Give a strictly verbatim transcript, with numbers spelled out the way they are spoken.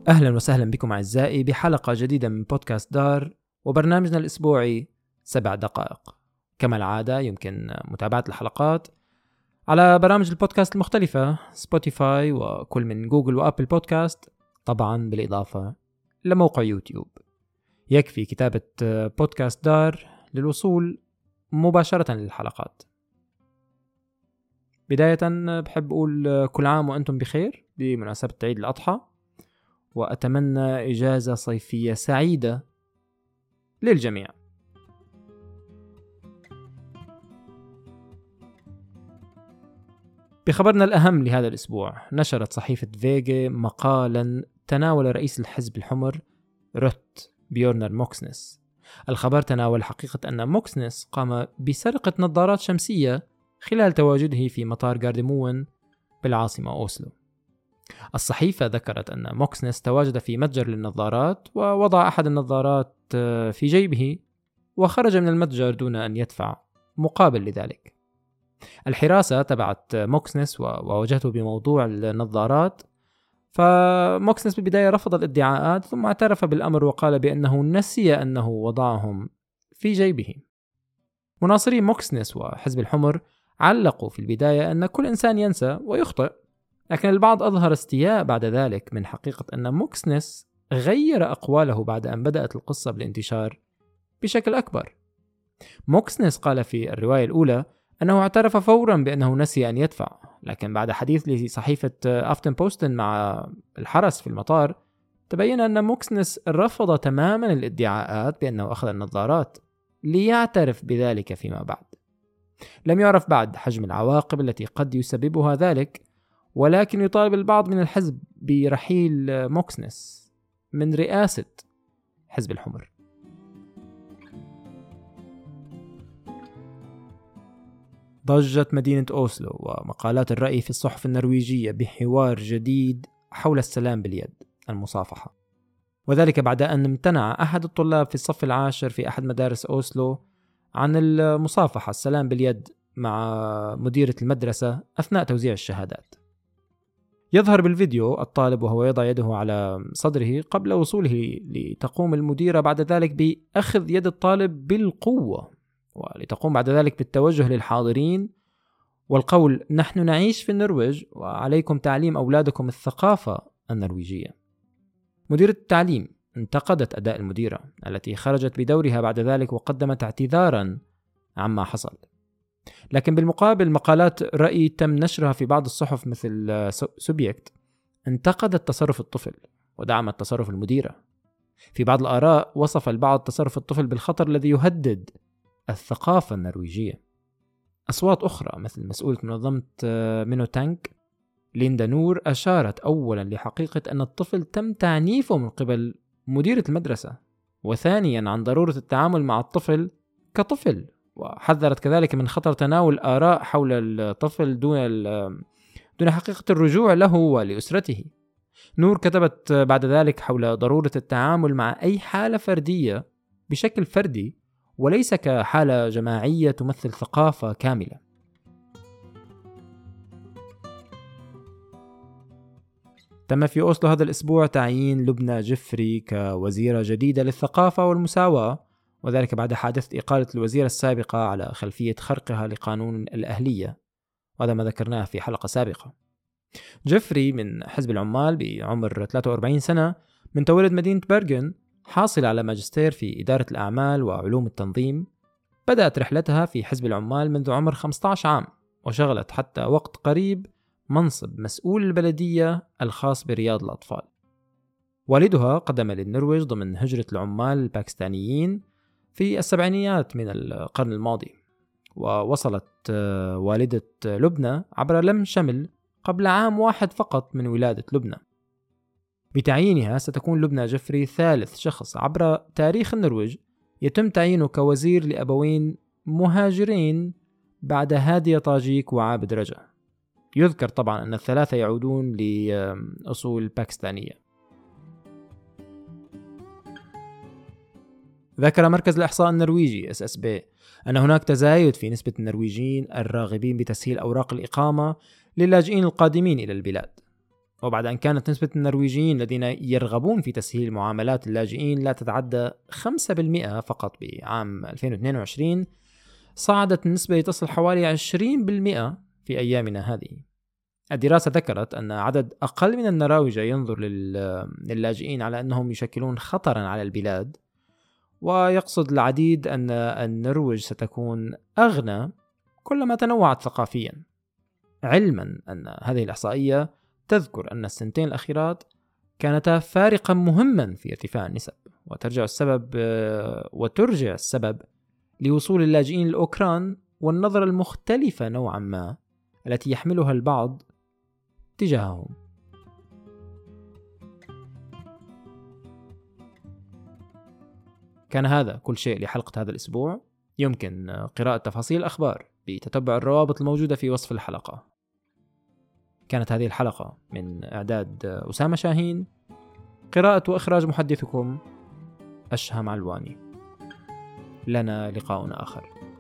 أهلا وسهلا بكم أعزائي بحلقة جديدة من بودكاست دار وبرنامجنا الأسبوعي سبع دقائق. كما العادة يمكن متابعة الحلقات على برامج البودكاست المختلفة سبوتيفاي وكل من جوجل وأبل بودكاست، طبعا بالإضافة لموقع يوتيوب. يكفي كتابة بودكاست دار للوصول مباشرة للحلقات. بداية بحب أقول كل عام وأنتم بخير بمناسبة عيد الأضحى، وأتمنى إجازة صيفية سعيدة للجميع. بخبرنا الأهم لهذا الأسبوع، نشرت صحيفة فيجا مقالا تناول رئيس الحزب الحمر روت بيورنر موكسنس. الخبر تناول حقيقة أن موكسنس قام بسرقة نظارات شمسية خلال تواجده في مطار غارديمون بالعاصمة أوسلو. الصحيفة ذكرت أن موكسنس تواجد في متجر للنظارات ووضع أحد النظارات في جيبه وخرج من المتجر دون أن يدفع مقابل لذلك. الحراسة تبعت موكسنس وواجهته بموضوع النظارات، فموكسنس بالبداية رفض الادعاءات ثم اعترف بالأمر وقال بأنه نسي أنه وضعهم في جيبه. مناصري موكسنس وحزب الحمر علقوا في البداية أن كل إنسان ينسى ويخطئ، لكن البعض أظهر استياء بعد ذلك من حقيقة أن موكسنس غير أقواله بعد أن بدأت القصة بالانتشار بشكل أكبر. موكسنس قال في الرواية الأولى أنه اعترف فورا بأنه نسي أن يدفع، لكن بعد حديث لصحيفة أفتن بوستن مع الحرس في المطار تبين أن موكسنس رفض تماما الادعاءات بأنه أخذ النظارات ليعترف بذلك فيما بعد. لم يعرف بعد حجم العواقب التي قد يسببها ذلك، ولكن يطالب البعض من الحزب برحيل موكسنس من رئاسة حزب الحمر. ضجت مدينة أوسلو ومقالات الرأي في الصحف النرويجية بحوار جديد حول السلام باليد، المصافحة، وذلك بعد أن امتنع أحد الطلاب في الصف العاشر في أحد مدارس أوسلو عن المصافحة السلام باليد مع مديرة المدرسة أثناء توزيع الشهادات. يظهر بالفيديو الطالب وهو يضع يده على صدره قبل وصوله، لتقوم المديرة بعد ذلك بأخذ يد الطالب بالقوة، ولتقوم بعد ذلك بالتوجه للحاضرين والقول: نحن نعيش في النرويج وعليكم تعليم أولادكم الثقافة النرويجية. مديرة التعليم انتقدت أداء المديرة التي خرجت بدورها بعد ذلك وقدمت اعتذارا عما حصل، لكن بالمقابل مقالات رأي تم نشرها في بعض الصحف مثل سوبيكت انتقدت تصرف الطفل ودعمت تصرف المديرة. في بعض الآراء وصف البعض تصرف الطفل بالخطر الذي يهدد الثقافة النرويجية. أصوات أخرى مثل مسؤولة منظمة مينوتانك ليندا نور أشارت أولا لحقيقة أن الطفل تم تعنيفه من قبل مديرة المدرسة، وثانيا عن ضرورة التعامل مع الطفل كطفل، وحذرت كذلك من خطر تناول آراء حول الطفل دون دون حقيقة الرجوع له ولأسرته. نور كتبت بعد ذلك حول ضرورة التعامل مع أي حالة فردية بشكل فردي وليس كحالة جماعية تمثل ثقافة كاملة. تم في أوسلو هذا الأسبوع تعيين لبنى جفري كوزيرة جديدة للثقافة والمساواة، وذلك بعد حادثة إقالة الوزيرة السابقة على خلفية خرقها لقانون الأهلية، وهذا ما ذكرناه في حلقة سابقة. جفري من حزب العمال بعمر ثلاثة وأربعين سنة من تولد مدينة برغن، حاصل على ماجستير في إدارة الأعمال وعلوم التنظيم. بدأت رحلتها في حزب العمال منذ عمر خمسة عشر عام، وشغلت حتى وقت قريب منصب مسؤول البلدية الخاص برياض الأطفال. والدها قدم للنرويج ضمن هجرة العمال الباكستانيين في السبعينيات من القرن الماضي، ووصلت والدة لبنى عبر لم شمل قبل عام واحد فقط من ولادة لبنى. بتعيينها ستكون لبنى جفري ثالث شخص عبر تاريخ النرويج يتم تعيينه كوزير لأبوين مهاجرين بعد هادية طاجيك وعابد رجا. يذكر طبعا أن الثلاثة يعودون لأصول باكستانية. ذكر مركز الإحصاء النرويجي إس إس بي أن هناك تزايد في نسبة النرويجيين الراغبين بتسهيل أوراق الإقامة للاجئين القادمين إلى البلاد، وبعد أن كانت نسبة النرويجيين الذين يرغبون في تسهيل معاملات اللاجئين لا تتعدى خمسة بالمئة فقط بعام ألفين واثنين وعشرين، صعدت النسبة لتصل حوالي عشرين بالمئة في أيامنا هذه. الدراسة ذكرت أن عدد أقل من النراوجة ينظر للاجئين على أنهم يشكلون خطرا على البلاد، ويقصد العديد أن النرويج ستكون أغنى كلما تنوعت ثقافيا، علما أن هذه الإحصائية تذكر أن السنتين الأخيرات كانتا فارقا مهما في ارتفاع النسب، وترجع السبب وترجع السبب لوصول اللاجئين الأوكران والنظرة المختلفة نوعا ما التي يحملها البعض تجاههم. كان هذا كل شيء لحلقة هذا الأسبوع. يمكن قراءة تفاصيل الأخبار بتتبع الروابط الموجودة في وصف الحلقة. كانت هذه الحلقة من إعداد أسامة شاهين، قراءة وإخراج محدثكم أشهم علواني. لنا لقاء آخر.